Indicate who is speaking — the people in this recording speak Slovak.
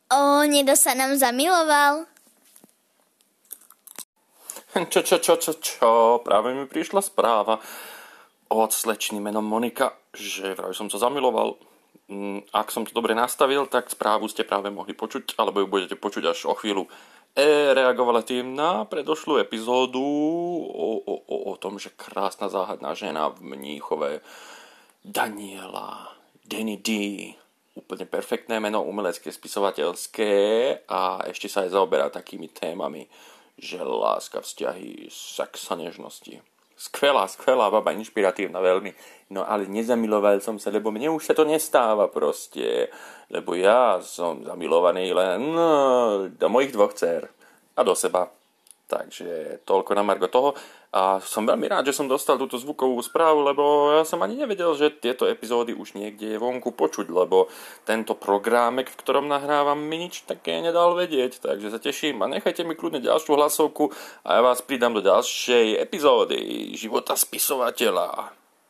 Speaker 1: Niekto sa nám zamiloval.
Speaker 2: Čo? Práve mi prišla správa od slečny menom Monika, že vraj som sa zamiloval. Ak som to dobre nastavil, tak správu ste práve mohli počuť, alebo ju budete počuť až o chvíľu. Reagovala tým na predošlú epizódu o tom, že krásna záhadná žena v Mníchove, Daniela, Danny D, úplne perfektné meno, umelecké, spisovateľské a ešte sa aj zaoberá takými témami, že láska, vzťahy, sex a nežnosti. Skvelá baba, inšpiratívna veľmi. No ale nezamiloval som sa, lebo mne už sa to nestáva proste. Lebo ja som zamilovaný len do mojich 2 dcér a do seba. Takže toľko na margo toho. A som veľmi rád, že som dostal túto zvukovú správu, lebo ja som ani nevedel, že tieto epizódy už niekde je vonku počuť, lebo tento programek, v ktorom nahrávam, mi nič také nedal vedieť. Takže sa teším a nechajte mi kľudne ďalšiu hlasovku a ja vás pridám do ďalšej epizódy Života spisovateľa.